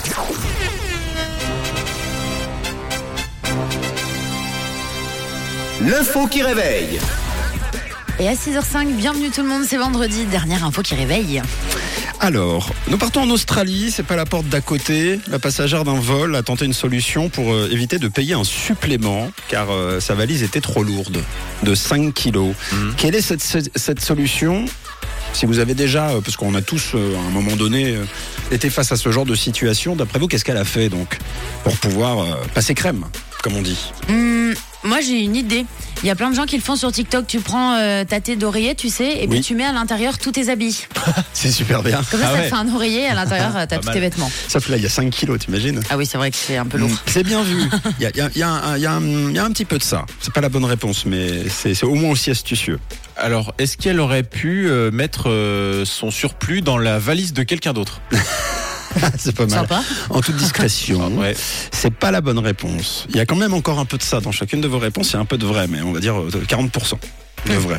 L'info qui réveille. Et à 6h05, bienvenue tout le monde, c'est vendredi, dernière info qui réveille. Alors, nous partons en Australie, c'est pas la porte d'à côté. La passagère d'un vol a tenté une solution pour éviter de payer un supplément, car sa valise était trop lourde, de 5 kilos. Quelle est cette solution ? Si vous avez déjà, parce qu'on a tous à un moment donné été face à ce genre de situation, d'après vous, qu'est-ce qu'elle a fait donc pour pouvoir passer crème, comme on dit ? Moi j'ai une idée. Il y a plein de gens qui le font sur TikTok. Tu prends ta tête d'oreiller, tu sais, et puis tu mets à l'intérieur tous tes habits. C'est super bien. Comme ça, ça fait un oreiller, à l'intérieur, t'as tous tes vêtements. Sauf là, il y a 5 kilos, t'imagines ? Ah oui, c'est vrai que c'est un peu lourd. C'est bien vu. Il y a un petit peu de ça. C'est pas la bonne réponse, mais c'est au moins aussi astucieux. Alors, est-ce qu'elle aurait pu mettre son surplus dans la valise de quelqu'un d'autre ? C'est pas mal. Sympa. En toute discrétion. Ouais. C'est pas la bonne réponse. Il y a quand même encore un peu de ça dans chacune de vos réponses. Il y a un peu de vrai, mais on va dire 40% de vrai.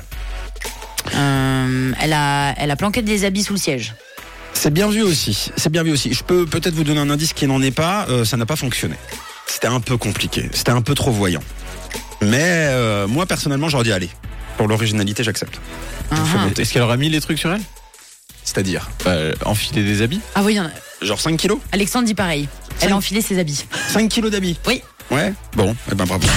Elle a planqué des habits sous le siège. C'est bien vu aussi. Je peux peut-être vous donner un indice qui n'en est pas. Ça n'a pas fonctionné. C'était un peu compliqué. C'était un peu trop voyant. Mais moi, personnellement, j'aurais dit allez. Pour l'originalité, j'accepte. Est-ce qu'elle aura mis les trucs sur elle ? C'est-à-dire enfiler des habits ? Ah oui, il y en a. Genre 5 kilos ? Alexandre dit pareil. Elle a enfilé ses habits. 5 kilos d'habits ? Oui. Ouais. Bon, eh ben bravo.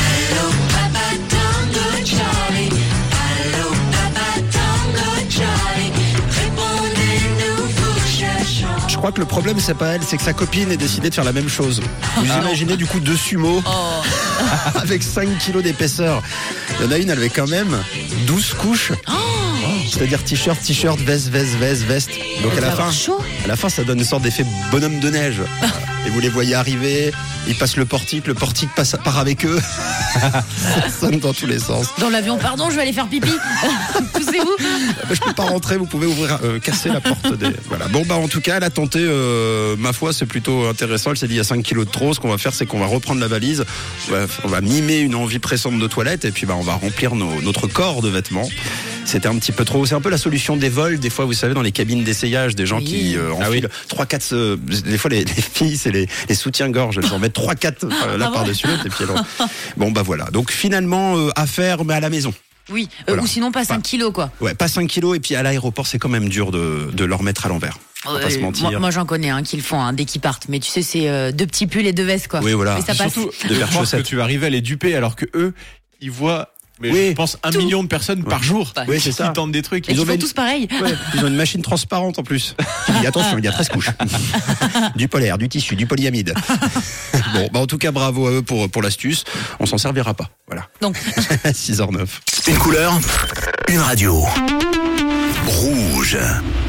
Je crois que le problème, c'est pas elle, c'est que sa copine ait décidé de faire la même chose. Vous imaginez du coup 2 sumos avec 5 kilos d'épaisseur. Il y en a une, elle avait quand même 12 couches. C'est-à-dire t-shirt, veste. Donc à la fin, ça donne une sorte d'effet bonhomme de neige. Et vous les voyez arriver, ils passent le portique part avec eux. Ça sonne dans tous les sens. Dans l'avion, pardon, je vais aller faire pipi. Poussez-vous. Je peux pas rentrer, vous pouvez ouvrir, casser la porte. Voilà. Bon, en tout cas, elle a tenté, ma foi, c'est plutôt intéressant. Elle s'est dit, il y a 5 kilos de trop. Ce qu'on va faire, c'est qu'on va reprendre la valise. On va mimer une envie pressante de toilette. Et puis, on va remplir notre corps de vêtements. C'était un petit peu trop. C'est un peu la solution des vols. Des fois, vous savez, dans les cabines d'essayage, des gens qui enfilent 3-4. Des fois, les filles, c'est les soutiens-gorge. Elles en mettent 3-4 par-dessus l'autre. Et puis, bon, voilà. Donc, finalement, à faire, mais à la maison. Oui, voilà. Ou sinon pas 5 kilos, quoi. Ouais, pas 5 kilos. Et puis, à l'aéroport, c'est quand même dur de leur mettre à l'envers. On va pas se mentir. Moi, j'en connais qui le font dès qu'ils partent. Mais tu sais, c'est 2 petits pulls et 2 vestes, quoi. Oui, voilà. Mais ça passe. Surtout, de paires chaussettes. Que tu vas arriver à les duper alors que eux, ils voient. Mais je pense 1 million de personnes par jour c'est ça. qui tentent des trucs. Et ils font tous pareil. Ouais, ils ont une machine transparente en plus. Et attention, il y a 13 couches. Du polaire, du tissu, du polyamide. Bon, en tout cas, bravo à eux pour l'astuce. On s'en servira pas. Voilà. Donc 6h09. Une couleur, une radio. Rouge.